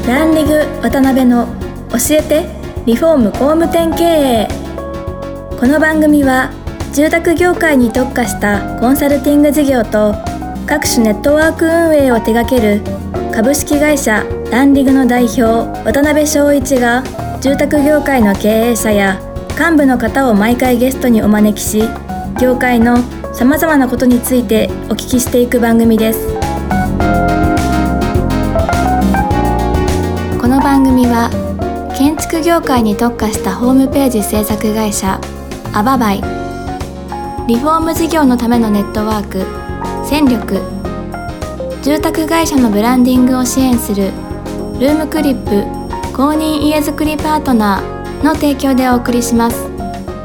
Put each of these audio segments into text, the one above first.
ランリグ渡辺の教えてリフォーム工務店経営。この番組は住宅業界に特化したコンサルティング事業と各種ネットワーク運営を手掛ける株式会社ランリグの代表渡辺翔一が住宅業界の経営者や幹部の方を毎回ゲストにお招きし、業界のさまざまなことについてお聞きしていく番組です。この番組は建築業界に特化したホームページ制作会社アババイ、リフォーム事業のためのネットワーク戦力、住宅会社のブランディングを支援するルームクリップ公認家づくりパートナーの提供でお送りします。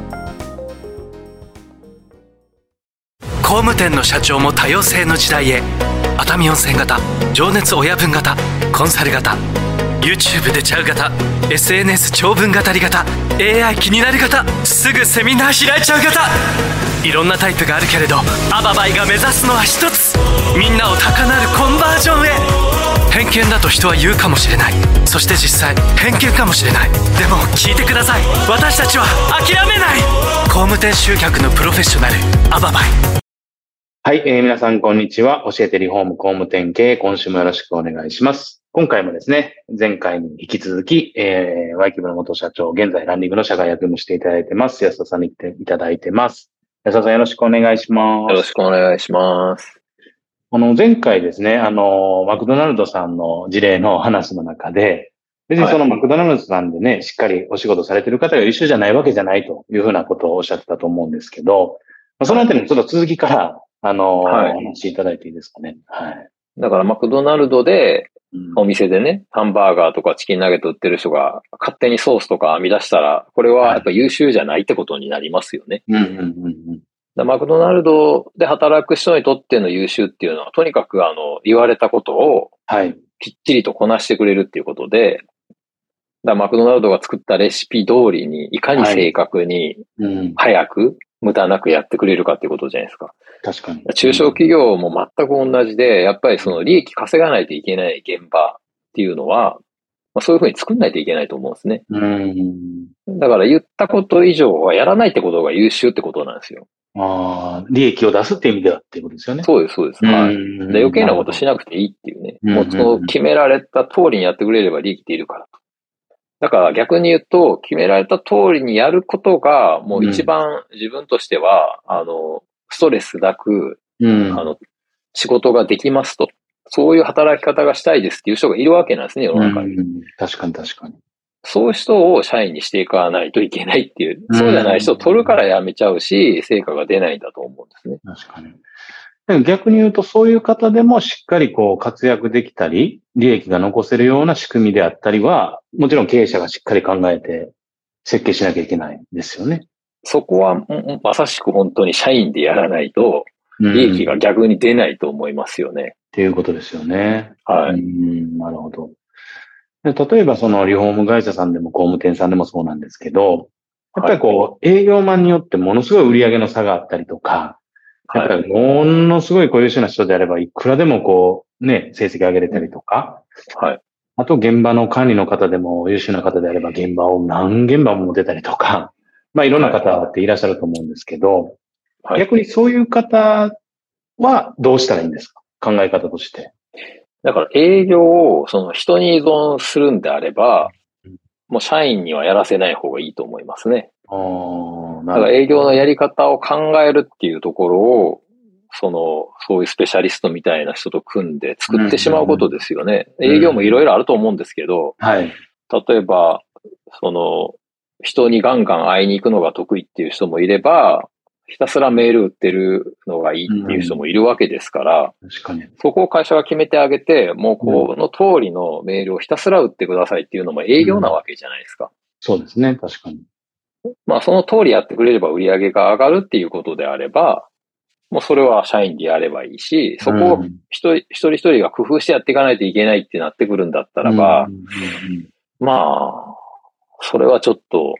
工務店の社長も多様性の時代へ。熱海温泉型、情熱親分型、コンサル型、 YouTube 出ちゃう型、 SNS 長文語り型、 AI 気になる型、すぐセミナー開いちゃう型、いろんなタイプがあるけれどアババイが目指すのは一つ、みんなを高鳴るコンバージョンへ。偏見だと人は言うかもしれない。そして実際偏見かもしれない。でも聞いてください、私たちは諦めない。工務店集客のプロフェッショナルアババイ。 はい、皆さんこんにちは。教えてリフォーム工務店経営、今週もよろしくお願いします。今回もですね、前回に引き続き、ワイキブの元社長、現在ランニングの社外役務していただいてます、安田さんに来ていただいてます。安田さんよろしくお願いします。 よろしくお願いします。 前回ですね、マクドナルドさんの事例の話の中で、別にそのマクドナルドさんでね、しっかりお仕事されてる方が優秀じゃないわけじゃないというふうなことをおっしゃってたと思うんですけど、そのあたりのちょっと続きから、お話しいただいていいですかね。はい。 だからマクドナルドで、お店でね、ハンバーガーとかチキンナゲット売ってる人が勝手にソースとか編み出したら、これはやっぱ優秀じゃないってことになりますよね。マクドナルドで働く人にとっての優秀っていうのは、とにかく言われたことをきっちりとこなしてくれるっていうことで、マクドナルドが作ったレシピ通りにいかに正確に、早く、無駄なくやってくれるかっていうことじゃないですか。 確かに。 中小企業も全く同じで、やっぱりその利益稼がないといけない現場っていうのは、そういうふうに作んないといけないと思うんですね。だから言ったこと以上はやらないってことが優秀ってことなんですよ。 利益を出すっていう意味ではっていうことですよね。 そうです、そうです。はい。で、余計なことしなくていいっていうね。もうその決められた通りにやってくれれば利益っているからと。だから逆に言うと、決められた通りにやることが、もう一番自分としては、ストレスなく、仕事ができますと。そういう働き方がしたいですっていう人がいるわけなんですね、世の中に。 確かに確かに。 そういう人を社員にしていかないといけないっていう。そうじゃない人を取るから辞めちゃうし、成果が出ないんだと思うんですね。 確かに。でも逆に言うと、そういう方でもしっかりこう活躍できたり、利益が残せるような仕組みであったりは、もちろん経営者がしっかり考えて設計しなきゃいけないんですよね。 そこはまさしく本当に社員でやらないと、利益が逆に出ないと思いますよね。 っていうことですよね。 はい。 なるほど。で例えばそのリフォーム会社さんでも工務店さんでもそうなんですけど、やっぱりこう営業マンによってものすごい売り上げの差があったりとか、やっぱりものすごい優秀な人であればいくらでもこうね、成績上げれたりとか、あと現場の管理の方でも優秀な方であれば現場を何現場も持てたりとか、いろんな方っていらっしゃると思うんですけど、逆にそういう方はどうしたらいいんですか？考え方として。 だから営業をその人に依存するんであれば、もう社員にはやらせない方がいいと思いますね。だから営業のやり方を考えるっていうところを、そういうスペシャリストみたいな人と組んで作ってしまうことですよね。営業もいろいろあると思うんですけど、例えば、人にガンガン会いに行くのが得意っていう人もいれば、ひたすらメール売ってるのがいいっていう人もいるわけですから、 確かにそこを会社が決めてあげて、もうこの通りのメールをひたすら売ってくださいっていうのも営業なわけじゃないですか。 そうですね、確かに。 その通りやってくれれば売り上げが上がるっていうことであれば、もうそれは社員でやればいいし、そこを一人一人が工夫してやっていかないといけないってなってくるんだったらば、それはちょっと、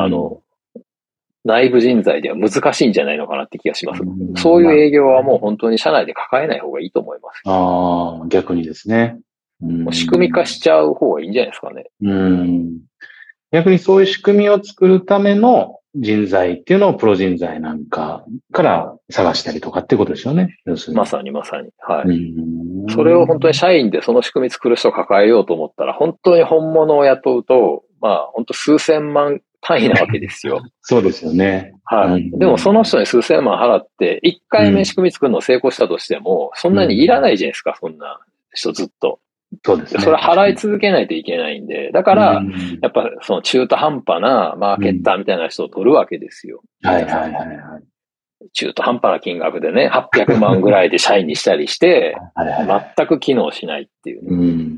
内部人材では難しいんじゃないのかなって気がします。そういう営業はもう本当に社内で抱えない方がいいと思います。 逆にですね。 もう仕組み化しちゃう方がいいんじゃないですかね。 逆にそういう仕組みを作るための人材っていうのをプロ人材なんかから探したりとかってことですよね。要するに。 まさにまさに。はい。それを本当に社員でその仕組み作る人を抱えようと思ったら、本当に本物を雇うと、まあ本当数千万単位なわけですよ。 そうですよね。 はい。でもその人に数千万払って、1回目仕組み作るのを成功したとしても、そんなにいらないじゃないですか、そんな人ずっと。 そうですね。 それ払い続けないといけないんで、だから、やっぱその中途半端なマーケッターみたいな人を取るわけですよ。 はいはいはいはい。 中途半端な金額でね、800万ぐらいで社員にしたりして、全く機能しないっていう、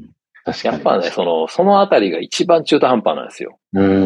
ね。確かに。やっぱね、そのあたりが一番中途半端なんですよ。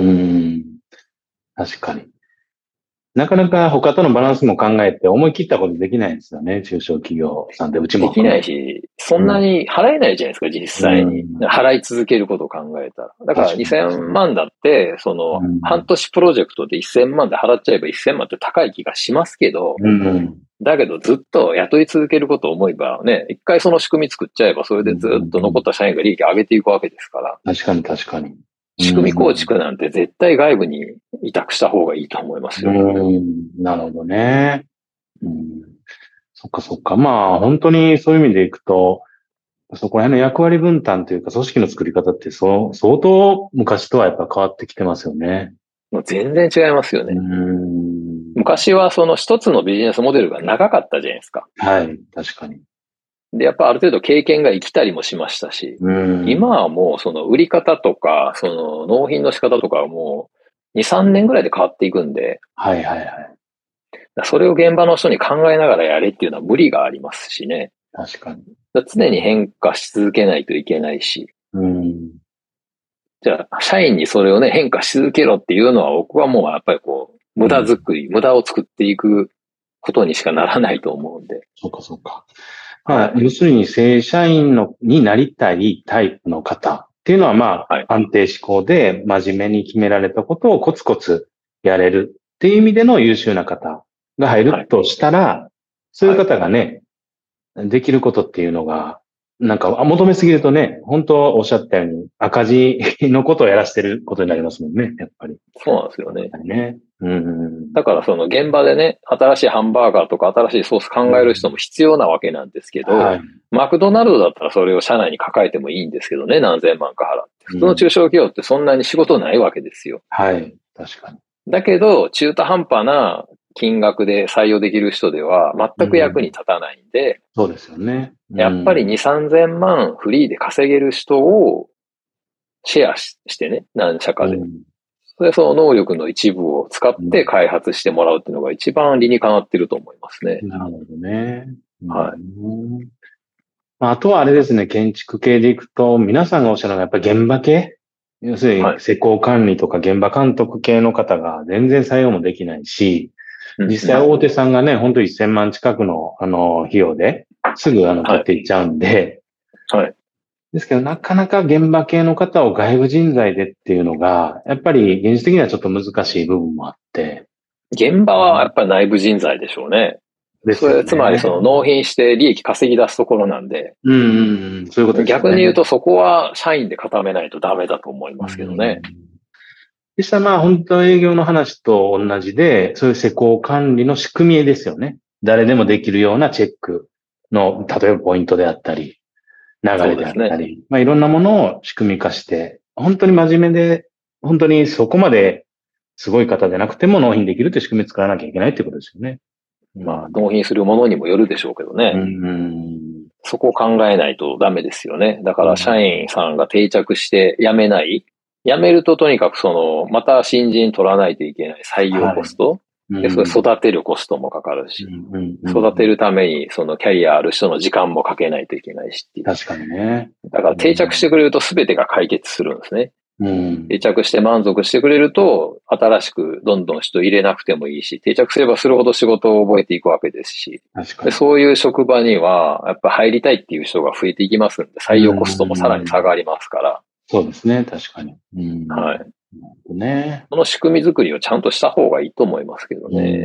確かに。なかなか他とのバランスも考えて思い切ったことできないんですよね。中小企業さんでうちも。 できないし、そんなに払えないじゃないですか、実際に。払い続けることを考えたら。だから2000万だって、半年プロジェクトで1000万で払っちゃえば1000万って高い気がしますけど、だけどずっと雇い続けることを思えばね、一回その仕組み作っちゃえば、それでずっと残った社員が利益を上げていくわけですから。 確かに確かに。 仕組み構築なんて絶対外部に委託した方がいいと思いますよ。 なるほどね。そっかそっか。まあ本当にそういう意味でいくと、そこら辺の役割分担というか組織の作り方って相当昔とはやっぱ変わってきてますよね。 もう全然違いますよね。昔はその一つのビジネスモデルが長かったじゃないですか。 はい、確かに。 で、やっぱある程度経験が生きたりもしましたし、今はもうその売り方とか、その納品の仕方とかはもう2、3年ぐらいで変わっていくんで、 はいはいはい。 それを現場の人に考えながらやれっていうのは無理がありますしね。 確かに。 常に変化し続けないといけないし。じゃあ、社員にそれをね、変化し続けろっていうのは僕はもうやっぱり無駄を作っていくことにしかならないと思うんで。 そうかそうか。要するに正社員になりたいタイプの方っていうのは安定志向で真面目に決められたことをコツコツやれるっていう意味での優秀な方が入るとしたら、そういう方がね、できることっていうのが、なんか求めすぎるとね、本当おっしゃったように赤字のことをやらせてることになりますもんね、やっぱり。 そうなんですよね。だからその現場でね、新しいハンバーガーとか新しいソース考える人も必要なわけなんですけど、マクドナルドだったらそれを社内に抱えてもいいんですけどね、何千万か払って。普通の中小企業ってそんなに仕事ないわけですよ。 はい、確かに。 だけど、中途半端な金額で採用できる人では全く役に立たないんで、 そうですよね。 やっぱり2、3000万フリーで稼げる人をシェアしてね、何社かで。その能力の一部を使って開発してもらうっていうのが一番理にかなってると思いますね。 なるほどね。 はい。 あとはあれですね、建築系でいくと、皆さんがおっしゃるのがやっぱり現場系、要するに施工管理とか現場監督系の方が全然採用もできないし、実際大手さんがね、本当に1000万近くの費用ですぐ買っていっちゃうんで、ですけど、なかなか現場系の方を外部人材でっていうのが、やっぱり現実的にはちょっと難しい部分もあって。 現場はやっぱり内部人材でしょうね。それつまり納品して利益稼ぎ出すところなんで。 そういうことですね。 逆に言うとそこは社員で固めないとダメだと思いますけどね。 実際本当営業の話と同じで、そういう施工管理の仕組みですよね。誰でもできるようなチェックの、例えばポイントであったり、流れであったり、いろんなものを仕組み化して、本当に真面目で、本当にそこまですごい方でなくても納品できるという仕組みを作らなきゃいけないってことですよね。 納品するものにもよるでしょうけどね。そこを考えないとダメですよね。だから社員さんが定着して辞めない。辞めるととにかくまた新人取らないといけない採用コスト。で、それ育てるコストもかかるし、育てるためにキャリアある人の時間もかけないといけないしっていう。 確かにね。 だから定着してくれると全てが解決するんですね。定着して満足してくれると、新しくどんどん人入れなくてもいいし、定着すればするほど仕事を覚えていくわけですし、でそういう職場には、やっぱ入りたいっていう人が増えていきますんで、採用コストもさらに下がりますから。 そうですね、確かに。 はい。この仕組み作りをちゃんとした方がいいと思いますけどね。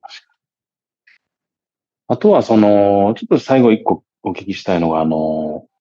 あとはちょっと最後一個お聞きしたいのが、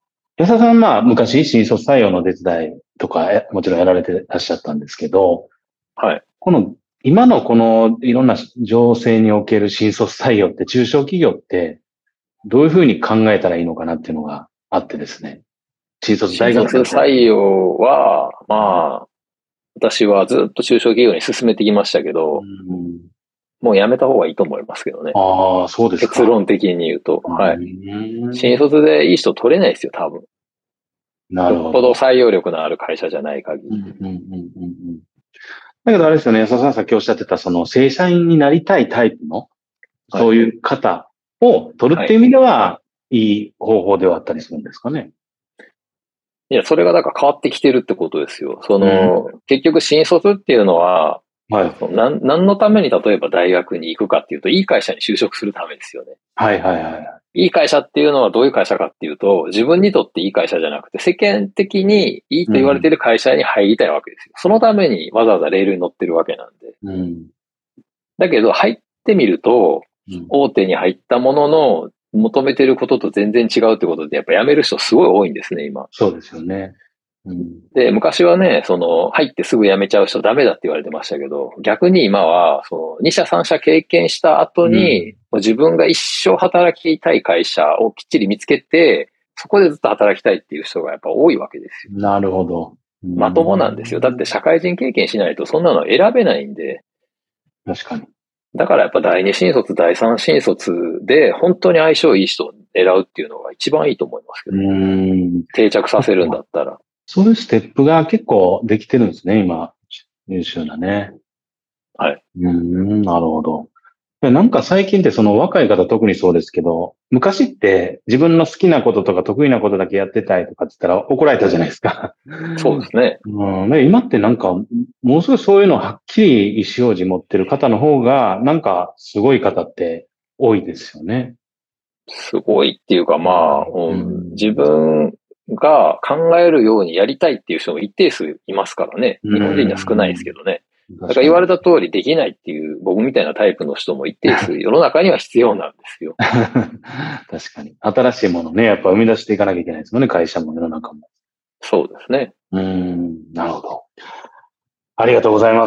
安田さんは昔新卒採用の手伝いとかもちろんやられてらっしゃったんですけど、 はい。 今のこのいろんな情勢における新卒採用って中小企業ってどういうふうに考えたらいいのかなっていうのがあってですね。新卒大学生。 新卒採用は、私はずっと中小企業に進めてきましたけど、もうやめた方がいいと思いますけどね。 ああ、そうですか。 結論的に言うと。はい。新卒でいい人取れないですよ、多分。 なるほど。 よっぽど採用力のある会社じゃない限り。 だけどあれですよね、安田さんさっきおっしゃってた、その正社員になりたいタイプの、そういう方を取るっていう意味では、いい方法ではあったりするんですかね。 いや、それがだから変わってきてるってことですよ。結局新卒っていうのは、何のために例えば大学に行くかっていうと、いい会社に就職するためですよね。いい会社っていうのはどういう会社かっていうと、自分にとっていい会社じゃなくて、世間的にいいと言われている会社に入りたいわけですよ。そのためにわざわざレールに乗ってるわけなんで。だけど、入ってみると、大手に入ったものの、求めてることと全然違うってことで、やっぱ辞める人すごい多いんですね、今。 そうですよね。 で、昔はね、入ってすぐ辞めちゃう人ダメだって言われてましたけど、逆に今は、2社3社経験した後に、自分が一生働きたい会社をきっちり見つけて、そこでずっと働きたいっていう人がやっぱ多いわけですよ。 なるほど。 まともなんですよ。だって社会人経験しないとそんなの選べないんで。 確かに。 だからやっぱ第2新卒、第3新卒で本当に相性いい人を狙うっていうのが一番いいと思いますけど。定着させるんだったら。 そういうステップが結構できてるんですね、今。優秀なね。 はい。 なるほど。なんか最近ってその若い方特にそうですけど、昔って自分の好きなこととか得意なことだけやってたいとかって言ったら怒られたじゃないですか。 そうですね。 今ってなんか、ものすごいそういうのをはっきり意思表示持ってる方の方が、なんかすごい方って多いですよね。 すごいっていうか自分が考えるようにやりたいっていう人も一定数いますからね。日本人には少ないですけどね。だから言われた通りできないっていう僕みたいなタイプの人も一定数世の中には必要なんですよ。 確かに。新しいものね、やっぱ生み出していかなきゃいけないですもんね、会社も世の中も。 そうですね。 なるほど。ありがとうございます。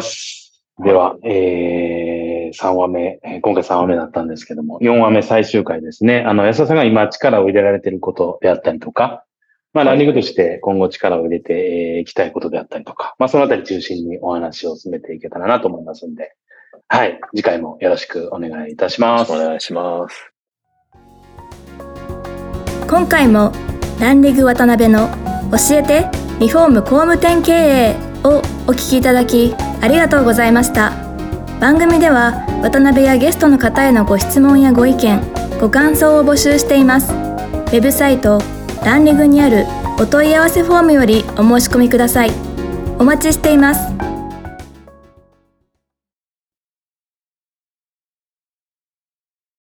では、3話目、今回3話目だったんですけども、4話目最終回ですね。安田さんが今力を入れられていることであったりとか、ランニングとして今後力を入れていきたいことであったりとか、そのあたり中心にお話を進めていけたらなと思いますので、はい、次回もよろしくお願いいたします。 お願いします。 今回もランリグ渡辺の教えてリフォーム工務店経営をお聞きいただきありがとうございました。番組では渡辺やゲストの方へのご質問やご意見、ご感想を募集しています。ウェブサイトランリグにあるお問い合わせフォームよりお申し込みください。お待ちしています。